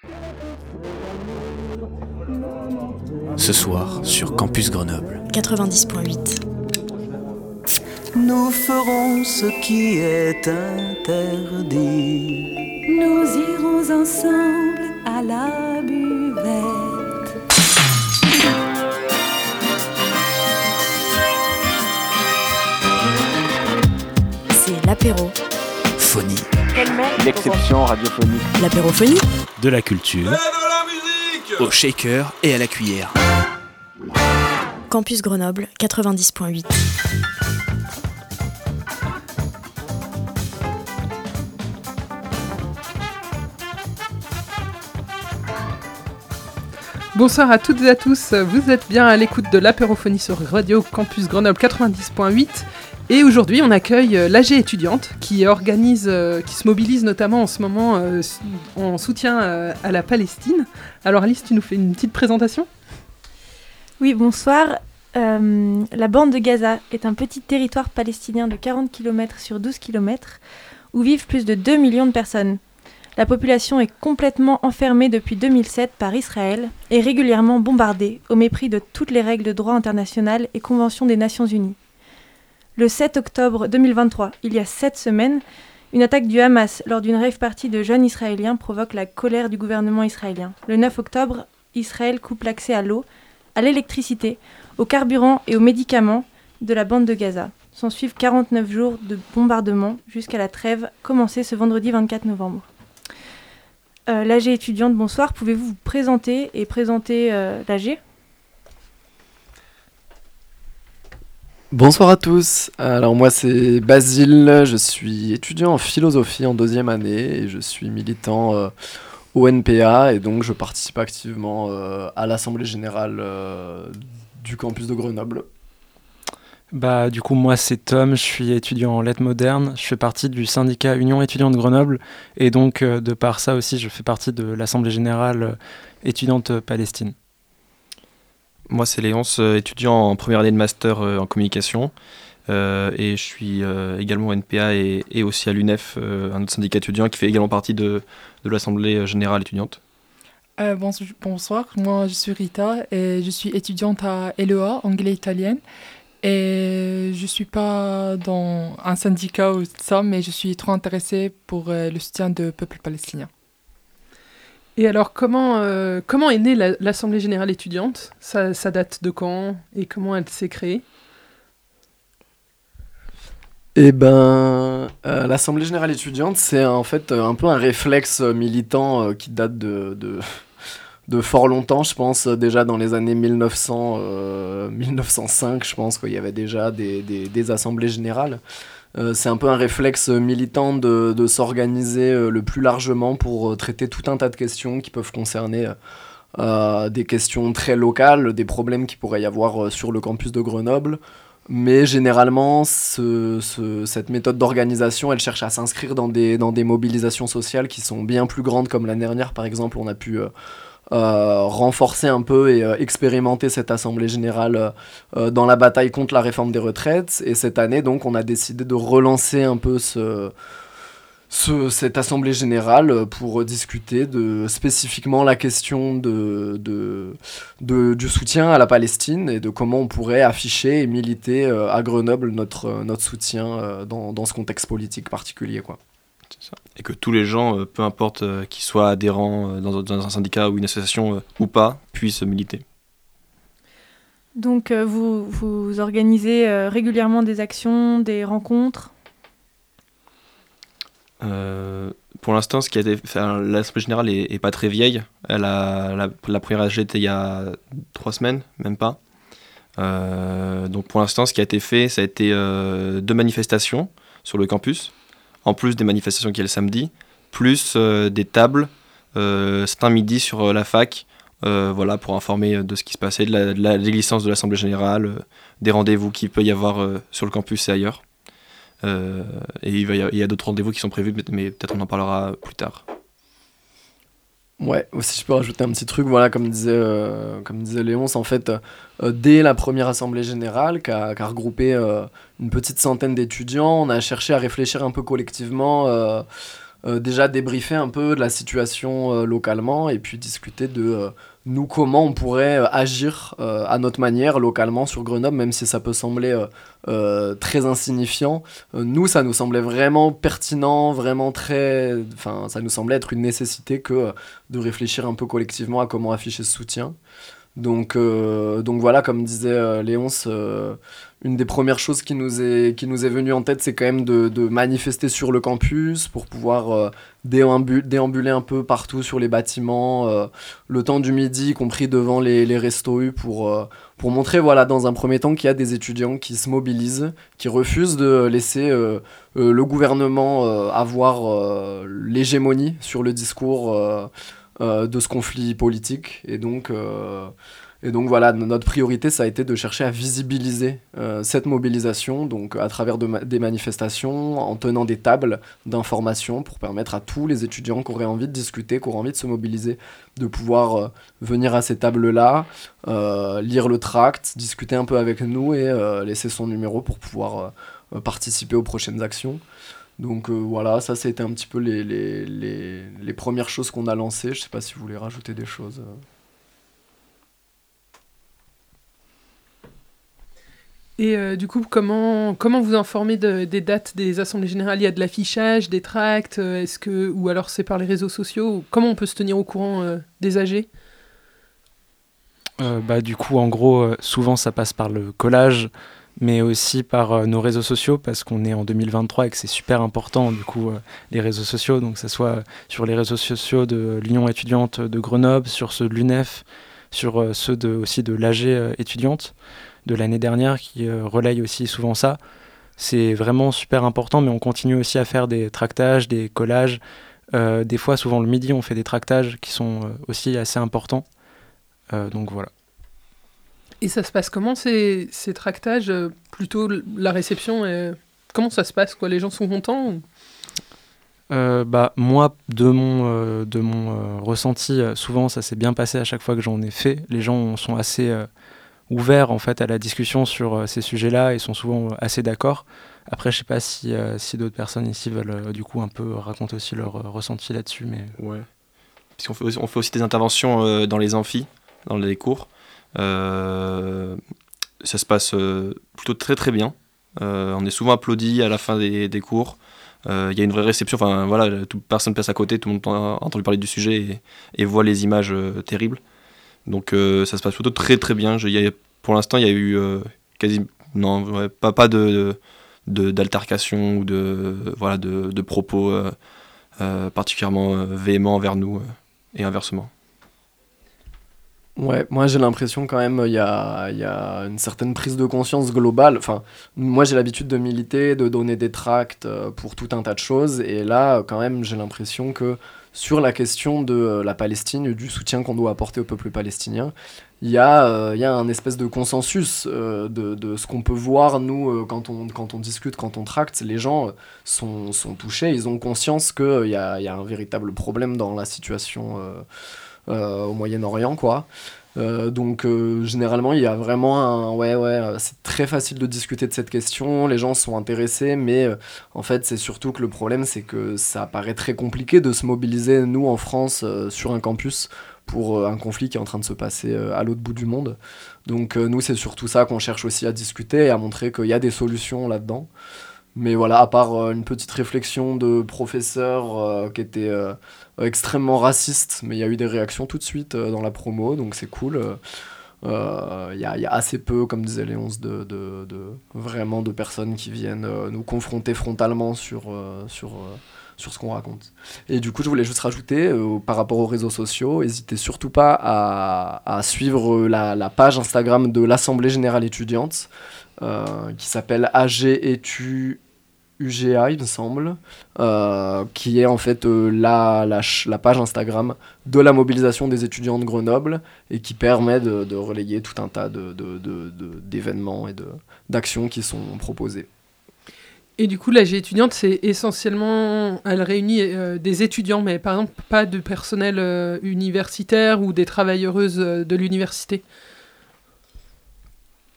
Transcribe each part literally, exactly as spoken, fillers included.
Ce soir, sur Campus Grenoble. quatre-vingt-dix point huit. Nous ferons ce qui est interdit. Nous irons ensemble à la buvette. C'est l'apéro. Phonie. L'exception radiophonique. L'apérophonie. De la culture. Au shaker et à la cuillère. Campus Grenoble, quatre-vingt-dix point huit. Bonsoir à toutes et à tous, vous êtes bien à l'écoute de l'apérophonie sur Radio Campus Grenoble quatre-vingt-dix point huit. Et aujourd'hui, on accueille l'A G étudiante qui organise, euh, qui se mobilise notamment en ce moment euh, en soutien euh, à la Palestine. Alors Alice, tu nous fais une petite présentation ? Oui, bonsoir. Euh, la bande de Gaza est un petit territoire palestinien de quarante kilomètres sur douze kilomètres où vivent plus de deux millions de personnes. La population est complètement enfermée depuis deux mille sept par Israël et régulièrement bombardée au mépris de toutes les règles de droit international et conventions des Nations Unies. Le sept octobre deux mille vingt-trois, il y a sept semaines, une attaque du Hamas lors d'une rave party de jeunes Israéliens provoque la colère du gouvernement israélien. Le neuf octobre, Israël coupe l'accès à l'eau, à l'électricité, au carburant et aux médicaments de la bande de Gaza. S'ensuivent quarante-neuf jours de bombardement jusqu'à la trêve commencée ce vendredi vingt-quatre novembre. Euh, L'A G étudiante, bonsoir. Pouvez-vous vous présenter et présenter euh, l'A G ? Bonsoir à tous, alors moi c'est Basile, je suis étudiant en philosophie en deuxième année et je suis militant euh, au N P A et donc je participe activement euh, à l'Assemblée Générale euh, du campus de Grenoble. Bah du coup moi c'est Tom, je suis étudiant en lettres modernes, je fais partie du syndicat Union étudiante de Grenoble et donc euh, de par ça aussi je fais partie de l'Assemblée Générale euh, étudiante Palestine. Moi, c'est Léonce, euh, étudiant en première année de master euh, en communication. Euh, et je suis euh, également au N P A et, et aussi à l'U N E F, euh, un autre syndicat étudiant qui fait également partie de, de l'Assemblée Générale étudiante. Euh, bon, bonsoir, moi je suis Rita et je suis étudiante à L E A, anglais-italienne. Et je ne suis pas dans un syndicat ou ça, mais je suis trop intéressée pour euh, le soutien du peuple palestinien. Et alors, comment, euh, comment est née la, l'Assemblée Générale étudiante ? ça, ça date de quand et comment elle s'est créée ? Eh ben, euh, l'Assemblée Générale étudiante, c'est en fait euh, un peu un réflexe militant euh, qui date de, de, de fort longtemps, je pense, déjà dans les années mille neuf cents, euh, mille neuf cent cinq, je pense qu'il y avait déjà des, des, des assemblées générales. Euh, c'est un peu un réflexe militant de, de s'organiser euh, le plus largement pour euh, traiter tout un tas de questions qui peuvent concerner euh, des questions très locales, des problèmes qu'il pourrait y avoir euh, sur le campus de Grenoble. Mais généralement, ce, ce, cette méthode d'organisation, elle cherche à s'inscrire dans des, dans des mobilisations sociales qui sont bien plus grandes, comme l'année dernière, par exemple, on a pu... Euh, Euh, renforcer un peu et euh, expérimenter cette assemblée générale euh, dans la bataille contre la réforme des retraites. Et cette année, donc, on a décidé de relancer un peu ce, ce, cette assemblée générale pour discuter de spécifiquement la question de, de, de, du soutien à la Palestine et de comment on pourrait afficher et militer euh, à Grenoble notre, notre soutien euh, dans, dans ce contexte politique particulier, quoi. C'est ça. Et que tous les gens, euh, peu importe euh, qu'ils soient adhérents euh, dans, dans un syndicat ou une association euh, ou pas, puissent militer. Donc euh, vous, vous organisez euh, régulièrement des actions, des rencontres ? euh, Pour l'instant, ce qui a été fait, l'Assemblée Générale est, est pas très vieille. Elle a, la, la première A G était il y a trois semaines, même pas. Euh, donc pour l'instant, ce qui a été fait, ça a été euh, deux manifestations sur le campus. En plus des manifestations qu'il y a le samedi, plus euh, des tables, euh, c'est un midi sur euh, la fac, euh, voilà, pour informer de ce qui se passait, de, la, de, la, de l'existence de l'Assemblée Générale, euh, des rendez-vous qu'il peut y avoir euh, sur le campus et ailleurs. Euh, et il, va y a, il y a d'autres rendez-vous qui sont prévus, mais, mais peut-être on en parlera plus tard. Ouais, aussi je peux rajouter un petit truc, voilà, comme disait, euh, comme disait Léonce, en fait, euh, dès la première assemblée générale, qui a, qui a regroupé euh, une petite centaine d'étudiants, on a cherché à réfléchir un peu collectivement euh, euh, déjà débriefer un peu de la situation euh, localement et puis discuter de euh, nous comment on pourrait euh, agir euh, à notre manière localement sur Grenoble, même si ça peut sembler euh, euh, très insignifiant. Euh, nous, ça nous semblait vraiment pertinent, vraiment très... Enfin, ça nous semblait être une nécessité que euh, de réfléchir un peu collectivement à comment afficher ce soutien. Donc, euh, donc voilà, comme disait euh, Léonce, euh, une des premières choses qui nous est, qui nous est venue en tête, c'est quand même de, de manifester sur le campus pour pouvoir euh, déambu- déambuler un peu partout sur les bâtiments, euh, le temps du midi, y compris devant les, les restos U, pour, euh, pour montrer voilà, dans un premier temps qu'il y a des étudiants qui se mobilisent, qui refusent de laisser euh, euh, le gouvernement euh, avoir euh, l'hégémonie sur le discours euh, Euh, de ce conflit politique et donc, euh, et donc voilà, notre priorité ça a été de chercher à visibiliser euh, cette mobilisation donc à travers de ma- des manifestations, en tenant des tables d'information pour permettre à tous les étudiants qui auraient envie de discuter, qui auraient envie de se mobiliser, de pouvoir euh, venir à ces tables-là, euh, lire le tract, discuter un peu avec nous et euh, laisser son numéro pour pouvoir euh, participer aux prochaines actions. Donc euh, voilà, ça c'était un petit peu les, les, les, les premières choses qu'on a lancées. Je sais pas si vous voulez rajouter des choses. Et euh, du coup, comment, comment vous informez de, des dates des assemblées générales ? Il y a de l'affichage, des tracts, euh, est-ce que, ou alors c'est par les réseaux sociaux ? Comment on peut se tenir au courant euh, des A G ? Euh, bah, du coup, en gros, euh, souvent ça passe par le collage, mais aussi par euh, nos réseaux sociaux, parce qu'on est en deux mille vingt-trois et que c'est super important, du coup, euh, les réseaux sociaux, donc que ce soit sur les réseaux sociaux de l'Union étudiante de Grenoble, sur ceux de l'U N E F, sur euh, ceux de, aussi de l'A G euh, étudiante de l'année dernière, qui euh, relaye aussi souvent ça. C'est vraiment super important, mais on continue aussi à faire des tractages, des collages. Euh, des fois, souvent le midi, on fait des tractages qui sont euh, aussi assez importants. Euh, donc voilà. Et ça se passe comment ces, ces tractages euh, Plutôt l- la réception et... Comment ça se passe quoi ? Les gens sont contents ou... Euh, bah, moi, de mon, euh, de mon euh, ressenti, euh, souvent ça s'est bien passé à chaque fois que j'en ai fait. Les gens sont assez euh, ouverts en fait, à la discussion sur euh, ces sujets-là et sont souvent euh, assez d'accord. Après, je sais pas si, euh, si d'autres personnes ici veulent euh, du coup un peu raconter aussi leur euh, ressenti là-dessus. Mais... Ouais. Parce qu'on fait aussi, on fait aussi des interventions euh, dans les amphis, dans les cours. Euh, ça se passe euh, plutôt très très bien. Euh, on est souvent applaudi à la fin des, des cours. Il euh, y a une vraie réception. Enfin voilà, toute personne passe à côté, tout le monde a entendu parler du sujet et, et voit les images euh, terribles. Donc euh, ça se passe plutôt très très bien. Je, y a, pour l'instant, il y a eu euh, quasi non, ouais, pas pas de, de d'altercation ou de voilà de, de propos euh, euh, particulièrement euh, véhéments envers nous euh, et inversement. Ouais, moi j'ai l'impression quand même il y a, y a une certaine prise de conscience globale. Enfin, moi j'ai l'habitude de militer, de donner des tracts euh, pour tout un tas de choses. Et là, quand même, j'ai l'impression que sur la question de euh, la Palestine, du soutien qu'on doit apporter au peuple palestinien, il y, euh, y a un espèce de consensus euh, de, de ce qu'on peut voir, nous, euh, quand, on, quand on discute, quand on tracte. Les gens euh, sont, sont touchés, ils ont conscience qu'il euh, y, a, y a un véritable problème dans la situation euh, euh, au Moyen-Orient, quoi. Euh, donc euh, généralement il y a vraiment un ouais ouais euh, c'est très facile de discuter de cette question, les gens sont intéressés, mais euh, en fait c'est surtout que le problème c'est que ça paraît très compliqué de se mobiliser nous en France euh, sur un campus pour euh, un conflit qui est en train de se passer euh, à l'autre bout du monde. Donc euh, nous c'est surtout ça qu'on cherche aussi à discuter et à montrer qu'il y a des solutions là-dedans. Mais voilà, à part euh, une petite réflexion de professeur euh, qui était euh, extrêmement raciste, mais il y a eu des réactions tout de suite euh, dans la promo, donc c'est cool. Il euh, y, a, y a assez peu, comme disait Léonce, de, de, de, vraiment de personnes qui viennent euh, nous confronter frontalement sur, euh, sur, euh, sur ce qu'on raconte. Et du coup, je voulais juste rajouter, euh, par rapport aux réseaux sociaux, n'hésitez surtout pas à, à suivre la, la page Instagram de l'Assemblée Générale Étudiante, euh, qui s'appelle A G Etu U G A, il me semble, euh, qui est en fait euh, la, la, la page Instagram de la mobilisation des étudiants de Grenoble et qui permet de, de relayer tout un tas de, de, de, de, d'événements et de, d'actions qui sont proposées. Et du coup, l'A G étudiante, c'est essentiellement, elle réunit euh, des étudiants, mais par exemple pas de personnel euh, universitaire ou des travailleuses euh, de l'université.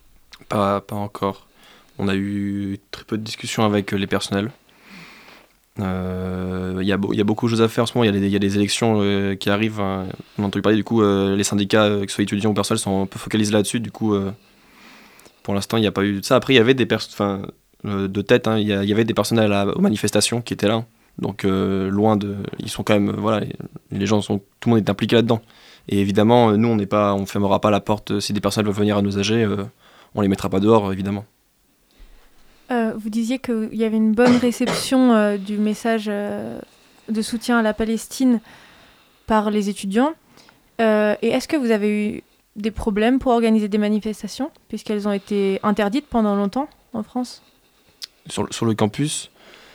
Pas, pas encore. On a eu très peu de discussions avec les personnels. Il euh, y, y a beaucoup de choses à faire en ce moment. Il y, y a des élections euh, qui arrivent. Hein. On a entendu parler, du coup, euh, les syndicats, euh, que ce soit étudiants ou personnels, sont un peu focalisés là-dessus. Du coup, euh, pour l'instant, il n'y a pas eu de ça. Après, il y avait des personnes, euh, de tête, hein, il y, y avait des personnes à la, aux manifestations qui étaient là. Donc, euh, loin de. Ils sont quand même. Voilà, les gens sont. Tout le monde est impliqué là-dedans. Et évidemment, nous, on n'est pas, on ne fermera pas la porte. Si des personnes veulent venir à nos A G, euh, on ne les mettra pas dehors, évidemment. Euh, vous disiez qu'il y avait une bonne réception euh, du message euh, de soutien à la Palestine par les étudiants. Euh, et est-ce que vous avez eu des problèmes pour organiser des manifestations, puisqu'elles ont été interdites pendant longtemps en France ? Sur, sur le campus,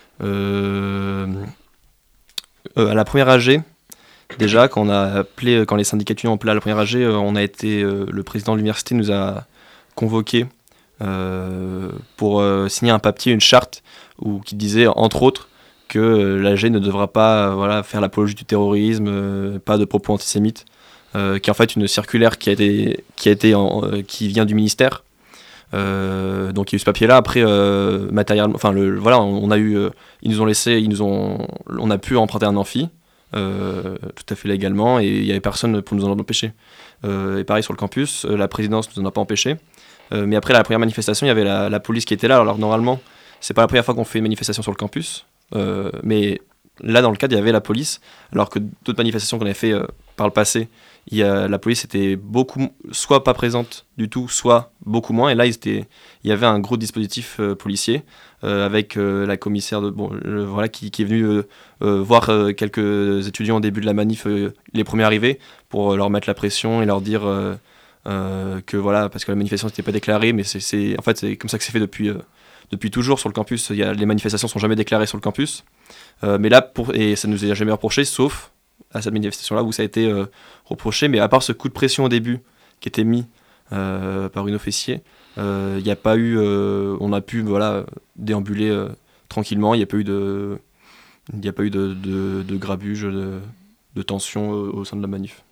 euh, euh, à la première A G, déjà, quand, on a appelé, quand les syndicats étudiants ont appelé à la première A G, euh, on a été, euh, le président de l'université nous a convoqués Euh, pour euh, signer un papier, une charte où, qui disait entre autres que euh, l'A G ne devra pas euh, voilà, faire l'apologie du terrorisme, euh, pas de propos antisémites, euh, qui est en fait une circulaire qui, a été, qui, a été en, euh, qui vient du ministère. Euh, donc il y a eu ce papier-là. Après, euh, matériellement, enfin le, voilà, on, on a eu, euh, ils nous ont laissé, ils nous ont, on a pu emprunter un amphi. Euh, tout à fait légalement, et il n'y avait personne pour nous en empêcher. Euh, et pareil sur le campus, euh, la présidence ne nous en a pas empêché. Euh, mais après la première manifestation, il y avait la, la police qui était là. Alors normalement, c'est pas la première fois qu'on fait une manifestation sur le campus, euh, mais là dans le cadre, il y avait la police, alors que d'autres manifestations qu'on avait fait euh, par le passé, il y a, la police était beaucoup, soit pas présente du tout, soit beaucoup moins. Et là, ils étaient, il y avait un gros dispositif euh, policier euh, avec euh, la commissaire de, bon, euh, voilà, qui, qui est venue euh, euh, voir euh, quelques étudiants au début de la manif, euh, les premiers arrivés, pour euh, leur mettre la pression et leur dire euh, euh, que voilà, parce que la manifestation n'était pas déclarée, mais c'est, c'est, en fait, c'est comme ça que c'est fait depuis, euh, depuis toujours sur le campus. Il y a, les manifestations sont jamais déclarées sur le campus. Euh, mais là, pour, et ça nous est jamais reproché, sauf à cette manifestation-là où ça a été euh, reproché. Mais à part ce coup de pression au début qui était mis euh, par une officier, il euh, n'y a pas eu, euh, on a pu voilà, déambuler euh, tranquillement. Il n'y a pas eu de, il y a pas eu de, de, de grabuge, de, de tension au, au sein de la manif.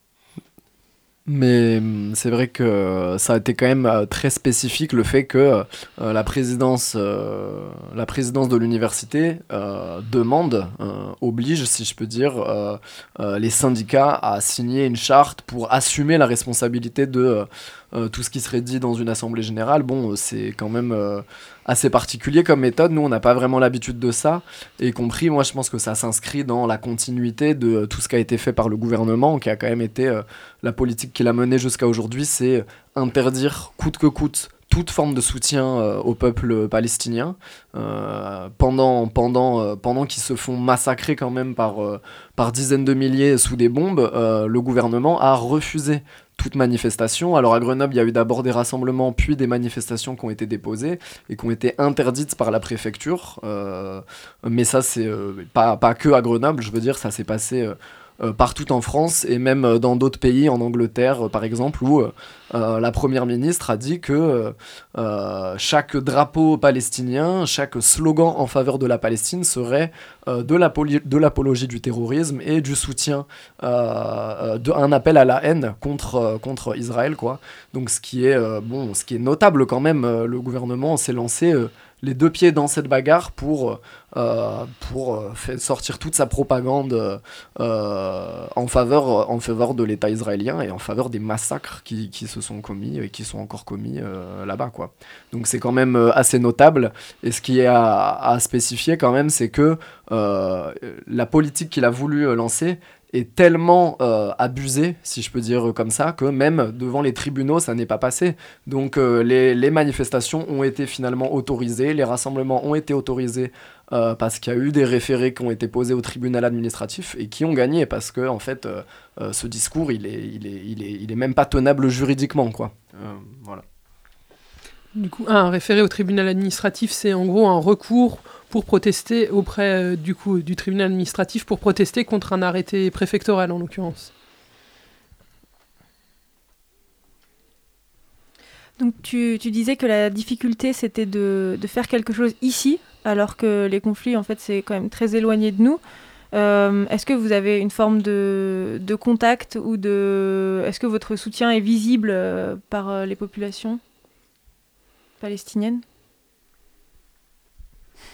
Mais c'est vrai que ça a été quand même euh, très spécifique le fait que euh, la présidence, euh, la présidence de l'université euh, demande, euh, oblige, si je peux dire, euh, euh, les syndicats à signer une charte pour assumer la responsabilité de euh, tout ce qui serait dit dans une assemblée générale. Bon, c'est quand même euh, assez particulier comme méthode. Nous, on n'a pas vraiment l'habitude de ça. Et compris, moi, je pense que ça s'inscrit dans la continuité de tout ce qui a été fait par le gouvernement, qui a quand même été euh, la politique qu'il a menée jusqu'à aujourd'hui, c'est interdire coûte que coûte toute forme de soutien euh, au peuple palestinien euh, pendant, pendant, euh, pendant qu'ils se font massacrer quand même par, euh, par dizaines de milliers sous des bombes. Euh, le gouvernement a refusé toute manifestation. Alors à Grenoble, il y a eu d'abord des rassemblements, puis des manifestations qui ont été déposées et qui ont été interdites par la préfecture. Euh, mais ça, c'est euh, pas, pas que à Grenoble, je veux dire, ça s'est passé euh, Euh, partout en France et même euh, dans d'autres pays, en Angleterre euh, par exemple, où euh, la première ministre a dit que euh, chaque drapeau palestinien, chaque slogan en faveur de la Palestine serait euh, de, l'apolo- de l'apologie du terrorisme et du soutien, euh, de, un appel à la haine contre, euh, contre Israël, quoi. Donc ce qui est, euh, bon, ce qui est notable quand même, euh, le gouvernement s'est lancé euh, les deux pieds dans cette bagarre pour, euh, pour euh, faire sortir toute sa propagande euh, en, faveur, en faveur de l'État israélien et en faveur des massacres qui, qui se sont commis et qui sont encore commis euh, là-bas, quoi. Donc c'est quand même euh, assez notable. Et ce qui est à, à spécifier quand même, c'est que euh, la politique qu'il a voulu euh, lancer est tellement euh, abusé, si je peux dire comme ça, que même devant les tribunaux, ça n'est pas passé. Donc euh, les, les manifestations ont été finalement autorisées, les rassemblements ont été autorisés euh, parce qu'il y a eu des référés qui ont été posés au tribunal administratif et qui ont gagné, parce que en fait, euh, euh, ce discours, il est, il, est, il, est, il est même pas tenable juridiquement, quoi. Euh, voilà. Du coup, un référé au tribunal administratif, c'est en gros un recours pour protester auprès euh, du, coup, du tribunal administratif pour protester contre un arrêté préfectoral, en l'occurrence. Donc tu, tu disais que la difficulté, c'était de, de faire quelque chose ici, alors que les conflits, en fait, c'est quand même très éloigné de nous. Euh, est-ce que vous avez une forme de, de contact ou de... Est-ce que votre soutien est visible euh, par euh, les populations palestiniennes ?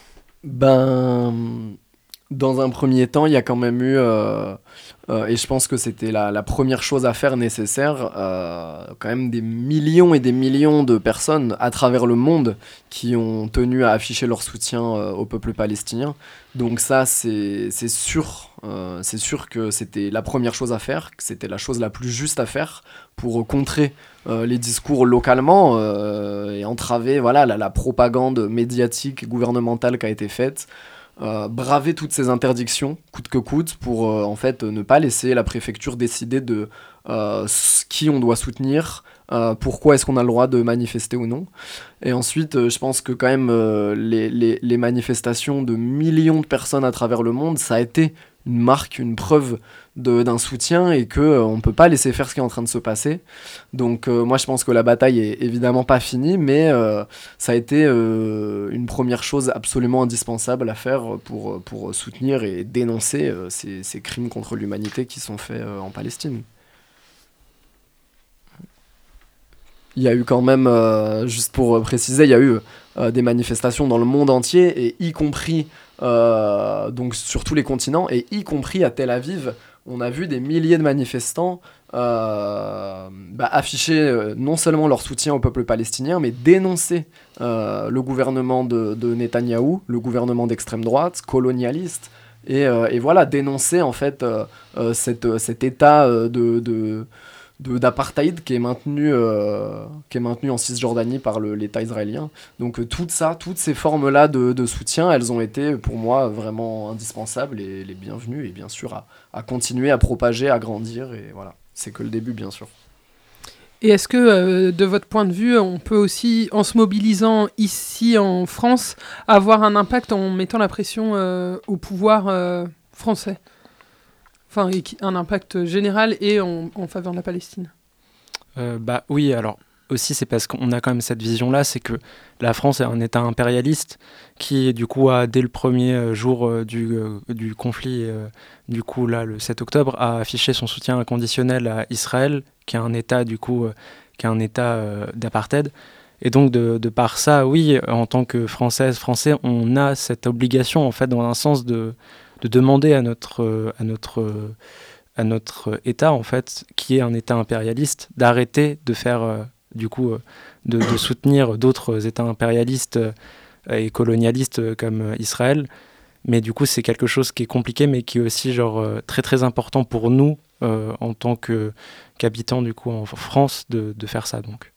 Ben, Dans un premier temps, il y a quand même eu, euh, euh, et je pense que c'était la, la première chose à faire nécessaire, euh, quand même des millions et des millions de personnes à travers le monde qui ont tenu à afficher leur soutien euh, au peuple palestinien. Donc ça, c'est, c'est sûr, euh, c'est sûr que c'était la première chose à faire, que c'était la chose la plus juste à faire pour contrer euh, les discours localement euh, et entraver voilà, la, la propagande médiatique et gouvernementale qui a été faite. Euh, braver toutes ces interdictions, coûte que coûte, pour euh, en fait ne pas laisser la préfecture décider de euh, qui on doit soutenir, euh, pourquoi est-ce qu'on a le droit de manifester ou non. Et ensuite, euh, je pense que quand même euh, les, les, les manifestations de millions de personnes à travers le monde, ça a été une marque, une preuve de, d'un soutien et qu'on euh, ne peut pas laisser faire ce qui est en train de se passer. Donc euh, moi je pense que la bataille est évidemment pas finie, mais euh, ça a été euh, une première chose absolument indispensable à faire pour, pour soutenir et dénoncer euh, ces, ces crimes contre l'humanité qui sont faits euh, en Palestine. Il y a eu quand même, euh, juste pour préciser, il y a eu euh, des manifestations dans le monde entier, et y compris euh, donc sur tous les continents, et y compris à Tel Aviv, on a vu des milliers de manifestants euh, bah, afficher euh, non seulement leur soutien au peuple palestinien, mais dénoncer euh, le gouvernement de, de Netanyahou, le gouvernement d'extrême droite, colonialiste, et, euh, et voilà, dénoncer en fait euh, euh, cette, cet état euh, de... de De, d'apartheid qui est maintenu euh, qui est maintenu en Cisjordanie par le, l'État israélien. Donc euh, tout ça, toutes ces formes-là de, de soutien, elles ont été pour moi vraiment indispensables et les bienvenues, et bien sûr à, à continuer à propager, à grandir, et voilà, c'est que le début bien sûr. Et est-ce que euh, de votre point de vue, on peut aussi, en se mobilisant ici en France, avoir un impact en mettant la pression euh, au pouvoir euh, français ? Enfin, un impact général et en, en faveur de la Palestine. Euh, bah oui, alors aussi c'est parce qu'on a quand même cette vision-là, c'est que la France est un État impérialiste qui du coup a dès le premier jour euh, du, euh, du conflit, euh, du coup là le sept octobre, a affiché son soutien inconditionnel à Israël, qui est un État du coup, euh, qui est un État euh, d'apartheid. Et donc de, de par ça, oui, en tant que Française, Français, on a cette obligation en fait dans un sens de de demander à notre, à notre, à notre État, en fait, qui est un État impérialiste, d'arrêter de faire, euh, du coup, euh, de, de soutenir d'autres États impérialistes euh, et colonialistes comme Israël. Mais du coup, c'est quelque chose qui est compliqué, mais qui est aussi genre, euh, très très important pour nous, euh, en tant que, qu'habitants, du coup, en France, de, de faire ça, donc.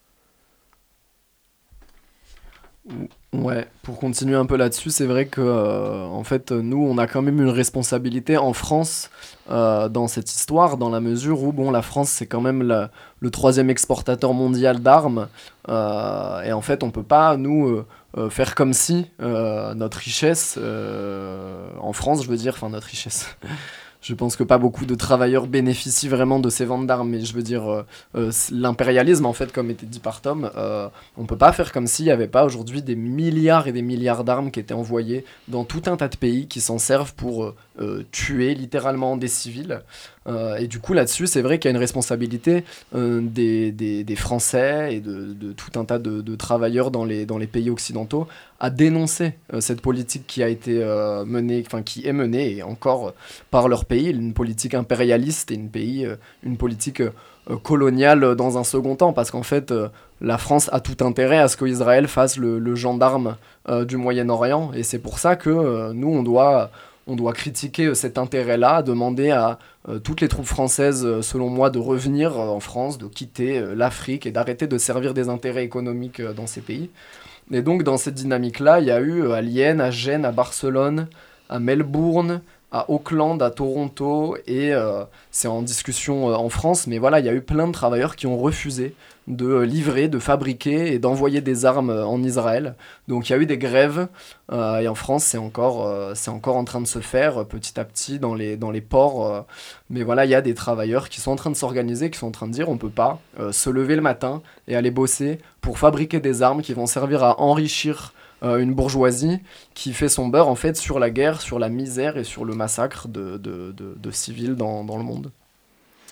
Ouais, pour continuer un peu là-dessus, c'est vrai que euh, en fait, nous, on a quand même une responsabilité en France euh, dans cette histoire, dans la mesure où, bon, la France, c'est quand même la, le troisième exportateur mondial d'armes, euh, et en fait, on peut pas, nous, euh, euh, faire comme si euh, notre richesse, euh, en France, je veux dire, enfin, notre richesse... Je pense que pas beaucoup de travailleurs bénéficient vraiment de ces ventes d'armes, mais je veux dire, euh, euh, l'impérialisme, en fait, comme était dit par Tom, euh, on peut pas faire comme s'il n'y avait pas aujourd'hui des milliards et des milliards d'armes qui étaient envoyées dans tout un tas de pays qui s'en servent pour euh, tuer littéralement des civils. Euh, et du coup, là-dessus, c'est vrai qu'il y a une responsabilité euh, des, des, des Français et de, de tout un tas de, de travailleurs dans les, dans les pays occidentaux à dénoncer euh, cette politique qui a été euh, menée, enfin qui est menée et encore euh, par leur pays, une politique impérialiste et une, pays, euh, une politique euh, coloniale dans un second temps, parce qu'en fait, euh, la France a tout intérêt à ce qu'Israël fasse le, le gendarme euh, du Moyen-Orient, et c'est pour ça que euh, nous, on doit... On doit critiquer cet intérêt-là, demander à euh, toutes les troupes françaises, euh, selon moi, de revenir euh, en France, de quitter euh, l'Afrique et d'arrêter de servir des intérêts économiques euh, dans ces pays. Et donc, dans cette dynamique-là, il y a eu euh, à Liège, à Gênes, à Barcelone, à Melbourne, à Auckland, à Toronto, et euh, c'est en discussion euh, en France, mais voilà, il y a eu plein de travailleurs qui ont refusé de livrer, de fabriquer et d'envoyer des armes en Israël. Donc il y a eu des grèves, euh, et en France c'est encore, euh, c'est encore en train de se faire petit à petit dans les, dans les ports. Euh, mais voilà, il y a des travailleurs qui sont en train de s'organiser, qui sont en train de dire on peut pas euh, se lever le matin et aller bosser pour fabriquer des armes qui vont servir à enrichir euh, une bourgeoisie qui fait son beurre en fait sur la guerre, sur la misère et sur le massacre de, de, de, de civils dans, dans le monde.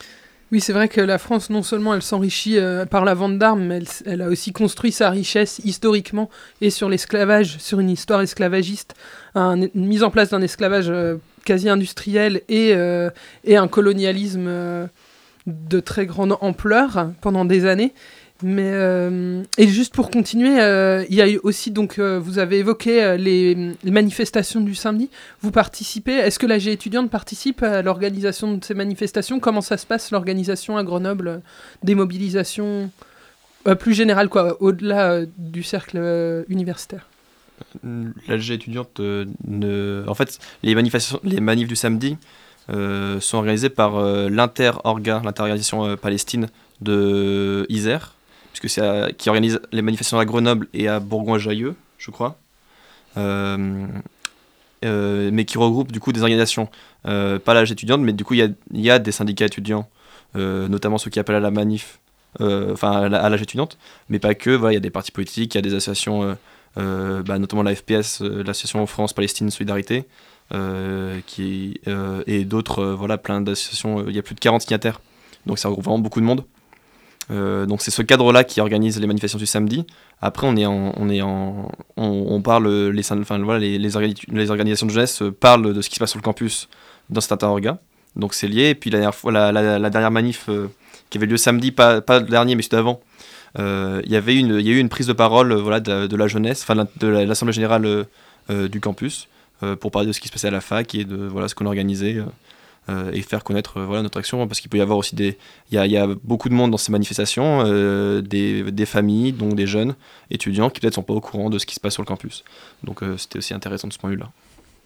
Oui, c'est vrai que la France, non seulement elle s'enrichit euh, par la vente d'armes, mais elle, elle a aussi construit sa richesse historiquement et sur l'esclavage, sur une histoire esclavagiste, un, une mise en place d'un esclavage euh, quasi industriel et, euh, et un colonialisme euh, de très grande ampleur pendant des années. Mais euh, et juste pour continuer, euh, il y a eu aussi donc euh, vous avez évoqué euh, les, les manifestations du samedi. Vous participez. Est-ce que l'A G étudiante participe à l'organisation de ces manifestations ? Comment ça se passe l'organisation à Grenoble euh, des mobilisations euh, plus générales quoi, au-delà euh, du cercle euh, universitaire ? L'A G étudiante euh, ne, en fait les manifestations, les manifs du samedi euh, sont organisées par euh, l'Inter-Orga, l'interorganisation euh, Palestine de Isère. Puisque c'est à, qui organise les manifestations à Grenoble et à Bourgoin-Jallieu, je crois, euh, euh, mais qui regroupe du coup des organisations, euh, pas l'A G étudiante, mais du coup il y, y a des syndicats étudiants, euh, notamment ceux qui appellent à la manif, euh, enfin à l'A G étudiante, mais pas que, voilà, il y a des partis politiques, il y a des associations, euh, euh, bah, notamment la F P S, euh, l'association France-Palestine Solidarité, euh, qui, euh, et d'autres, euh, voilà, plein d'associations, il y a plus de quarante signataires, donc ça regroupe vraiment beaucoup de monde. Euh, donc c'est ce cadre-là qui organise les manifestations du samedi. Après on est en, on est en, on, on parle les, enfin voilà les, les, organi- les organisations de jeunesse parlent de ce qui se passe sur le campus dans cet interorga. Donc c'est lié. Et puis la dernière fois, la, la, la dernière manif euh, qui avait lieu samedi, pas pas le dernier mais celui d'avant, euh, il y avait une, il y a eu une prise de parole, euh, voilà, de, de la jeunesse, enfin de, de l'assemblée générale euh, euh, du campus euh, pour parler de ce qui se passait à la fac et de voilà ce qu'on organisait. Euh, Euh, et faire connaître euh, voilà, notre action, parce qu'il peut y avoir aussi des... Il y a, il y a beaucoup de monde dans ces manifestations, euh, des, des familles, donc des jeunes étudiants qui peut-être ne sont pas au courant de ce qui se passe sur le campus. Donc euh, c'était aussi intéressant de ce point de vue-là.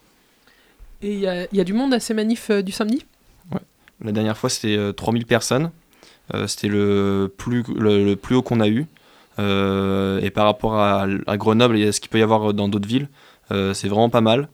Et il y a, y a du monde à ces manifs euh, du samedi ? Ouais. La dernière fois, c'était euh, trois mille personnes. Euh, c'était le plus, le, le plus haut qu'on a eu. Euh, et par rapport à, à Grenoble et à ce qu'il peut y avoir dans d'autres villes, euh, c'est vraiment pas mal.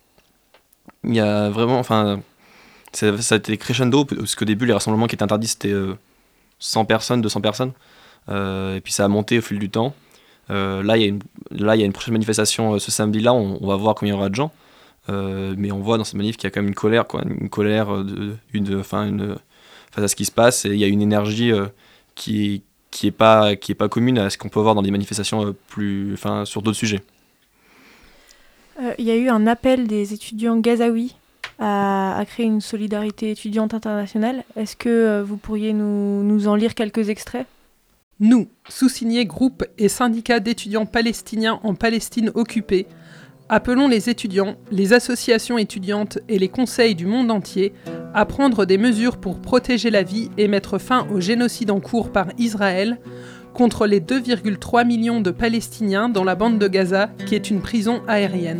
Il y a vraiment... Enfin, ça, ça a été crescendo, parce qu'au début, les rassemblements qui étaient interdits, c'était euh, cent personnes, deux cents personnes. Euh, et puis ça a monté au fil du temps. Euh, là, il y a une, là, il y a une prochaine manifestation euh, ce samedi-là, on, on va voir combien il y aura de gens. Euh, mais on voit dans cette manif qu'il y a quand même une colère, quoi, une colère de, une, enfin, une, face à ce qui se passe. Et il y a une énergie euh, qui qui est pas qui est pas commune à ce qu'on peut voir dans des manifestations euh, plus, enfin, sur d'autres sujets. Il euh, y a eu un appel des étudiants gazaouis à, à créer une solidarité étudiante internationale. Est-ce que euh, vous pourriez nous, nous en lire quelques extraits ? Nous, sous-signés groupes et syndicats d'étudiants palestiniens en Palestine occupée, appelons les étudiants, les associations étudiantes et les conseils du monde entier à prendre des mesures pour protéger la vie et mettre fin au génocide en cours par Israël contre les deux virgule trois millions de Palestiniens dans la bande de Gaza, qui est une prison aérienne.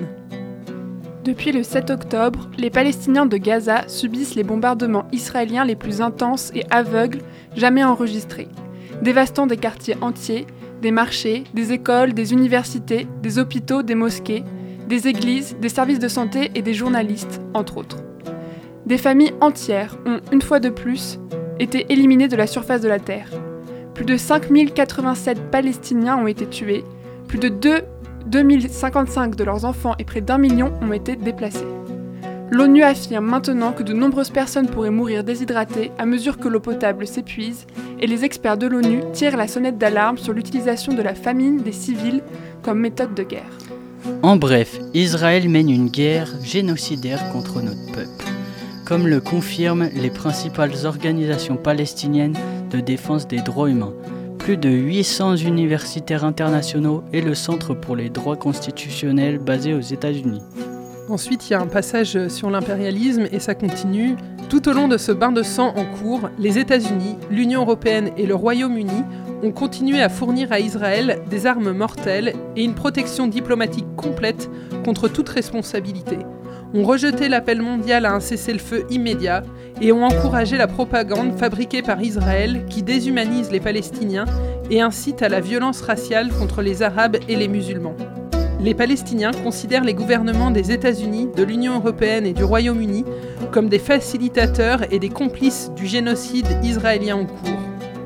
Depuis le sept octobre, les Palestiniens de Gaza subissent les bombardements israéliens les plus intenses et aveugles jamais enregistrés, dévastant des quartiers entiers, des marchés, des écoles, des universités, des hôpitaux, des mosquées, des églises, des services de santé et des journalistes, entre autres. Des familles entières ont, une fois de plus, été éliminées de la surface de la Terre. Plus de cinq mille quatre-vingt-sept Palestiniens ont été tués, plus de deux mille cinquante-cinq de leurs enfants et près d'un million ont été déplacés. L'ONU affirme maintenant que de nombreuses personnes pourraient mourir déshydratées à mesure que l'eau potable s'épuise, et les experts de l'ONU tirent la sonnette d'alarme sur l'utilisation de la famine des civils comme méthode de guerre. En bref, Israël mène une guerre génocidaire contre notre peuple, comme le confirment les principales organisations palestiniennes de défense des droits humains, plus de huit cents universitaires internationaux et le Centre pour les droits constitutionnels basé aux États-Unis. Ensuite, il y a un passage sur l'impérialisme et ça continue. Tout au long de ce bain de sang en cours, les États-Unis, l'Union européenne et le Royaume-Uni ont continué à fournir à Israël des armes mortelles et une protection diplomatique complète contre toute responsabilité, ont rejeté l'appel mondial à un cessez-le-feu immédiat et ont encouragé la propagande fabriquée par Israël qui déshumanise les Palestiniens et incite à la violence raciale contre les Arabes et les musulmans. Les Palestiniens considèrent les gouvernements des États-Unis, de l'Union européenne et du Royaume-Uni comme des facilitateurs et des complices du génocide israélien en cours.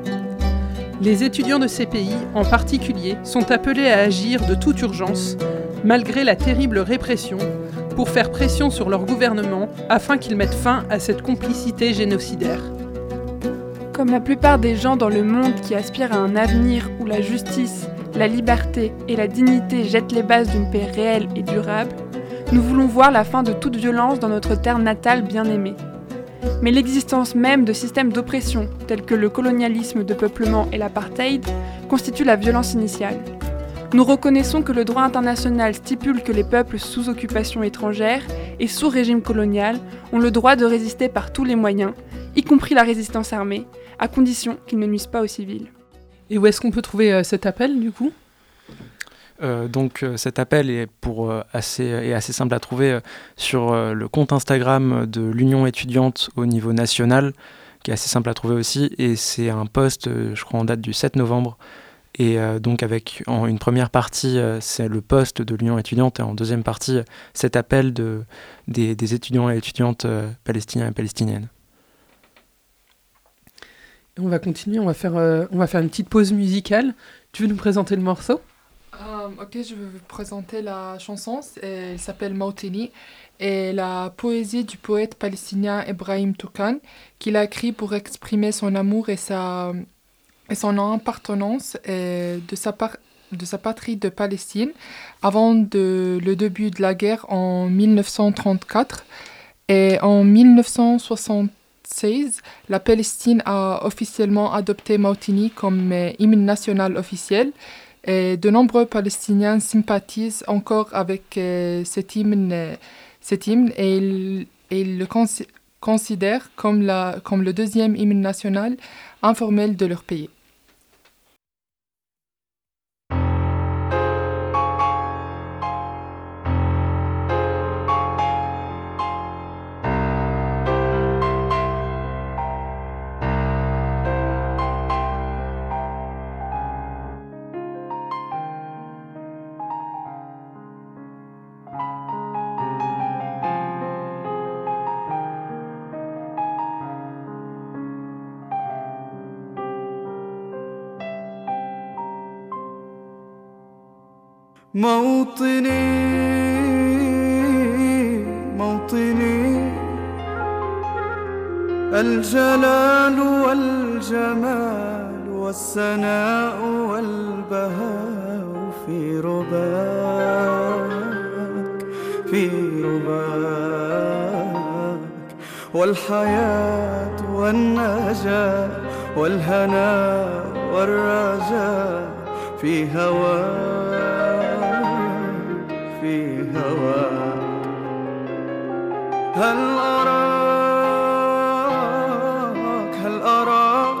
Les étudiants de ces pays, en particulier, sont appelés à agir de toute urgence, malgré la terrible répression, pour faire pression sur leur gouvernement afin qu'ils mettent fin à cette complicité génocidaire. Comme la plupart des gens dans le monde qui aspirent à un avenir où la justice, la liberté et la dignité jettent les bases d'une paix réelle et durable, nous voulons voir la fin de toute violence dans notre terre natale bien-aimée. Mais l'existence même de systèmes d'oppression, tels que le colonialisme de peuplement et l'apartheid, constitue la violence initiale. Nous reconnaissons que le droit international stipule que les peuples sous occupation étrangère et sous régime colonial ont le droit de résister par tous les moyens, y compris la résistance armée, à condition qu'ils ne nuisent pas aux civils. Et où est-ce qu'on peut trouver euh, cet appel, du coup ? Euh, donc euh, cet appel est, pour, euh, assez, est assez simple à trouver euh, sur euh, le compte Instagram de l'Union étudiante au niveau national, qui est assez simple à trouver aussi, et c'est un post, euh, je crois, en date du sept novembre, et euh, donc avec en une première partie, euh, c'est le post de l'Union étudiante, et en deuxième partie, cet appel de, des, des étudiants et étudiantes euh, palestiniens et palestiniennes. Et on va continuer, on va, faire, euh, on va faire une petite pause musicale. Tu veux nous présenter le morceau ? Um, ok, je vais vous présenter la chanson. Elle s'appelle Mautini et la poésie du poète palestinien Ibrahim Toukan, qu'il a écrit pour exprimer son amour et, sa, et son appartenance et de, sa par, de sa patrie de Palestine avant de, le début de la guerre en dix-neuf cent trente-quatre. Et en dix-neuf cent soixante-seize, la Palestine a officiellement adopté Mautini comme hymne national officiel. Et de nombreux Palestiniens sympathisent encore avec euh, cet hymne, euh, cet hymne et ils, et ils le cons- considèrent comme, la, comme le deuxième hymne national informel de leur pays. موطني موطني الجلال والجمال والسناء والبهاء في رباك في رباك والحياة والنجاة والهناء والرجاء في هواك في هواك هل أراك هل أراك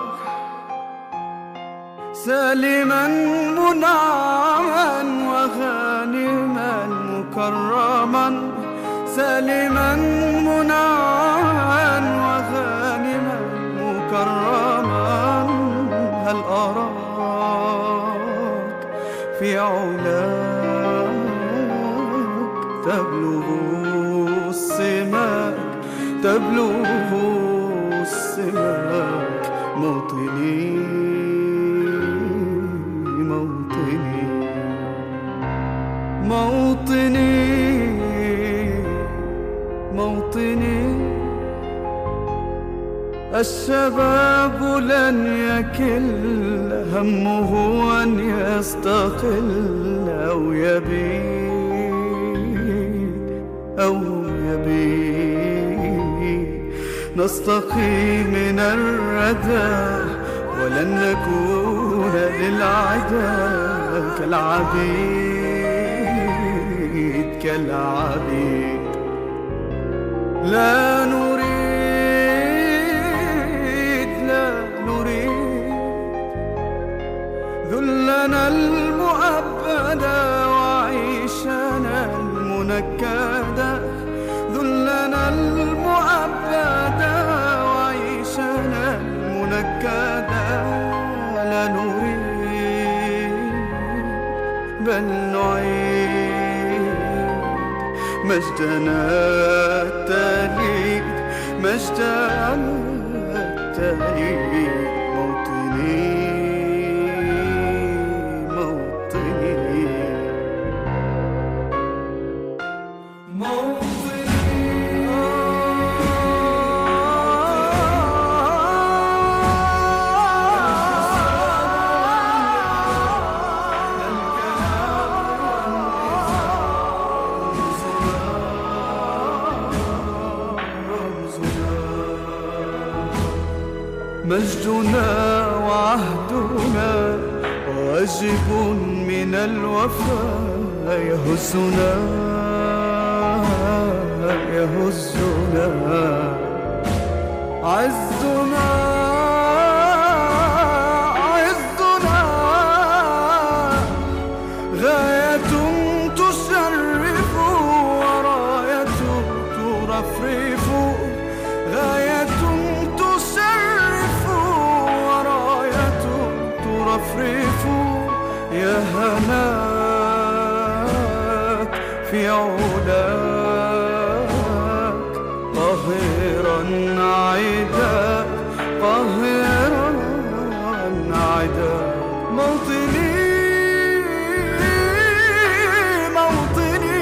سالما منعما وغانما مكرما سالما منعما وغانما مكرما هل أراك في علاك تبلغ السماك تبلغ السماك موطني موطني موطني موطني الشباب لن يكل همه أن يستقل أو يبيد أو يبيد نستقي من الردى ولن نكون للعدا كالعبيد كالعبيد لا نريد لا نريد ذلنا المؤبدا وعيشنا المنكدا ذلنا المؤبدا وعيشنا المنكدا لا نريد بل نعيد مجدنا التليد مجدنا التليد موطني موطني مجدنا وعهدنا واجب من الوفاء يهزنا يهزنا عزنا عزنا غاية تشرف وراية ترفرف غاية تشرف وراية ترفرف يا هناك في عوداك قاهرا عيداك قاهرا عيداك موطني موطني.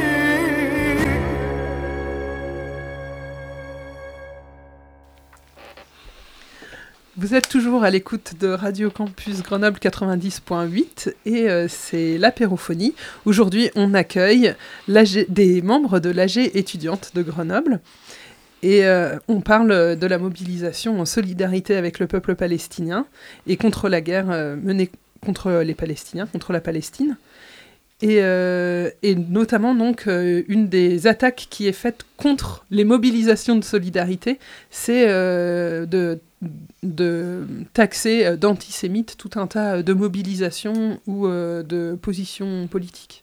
Vous êtes toujours à l'écoute de Radio Campus Grenoble quatre-vingt-dix point huit et euh, c'est l'apérophonie. Aujourd'hui, on accueille l'A G, des membres de l'A G étudiante de Grenoble et euh, on parle de la mobilisation en solidarité avec le peuple palestinien et contre la guerre euh, menée contre les Palestiniens, contre la Palestine. Et, euh, et notamment, donc, euh, une des attaques qui est faite contre les mobilisations de solidarité, c'est euh, de, de taxer euh, d'antisémites tout un tas de mobilisations ou euh, de positions politiques.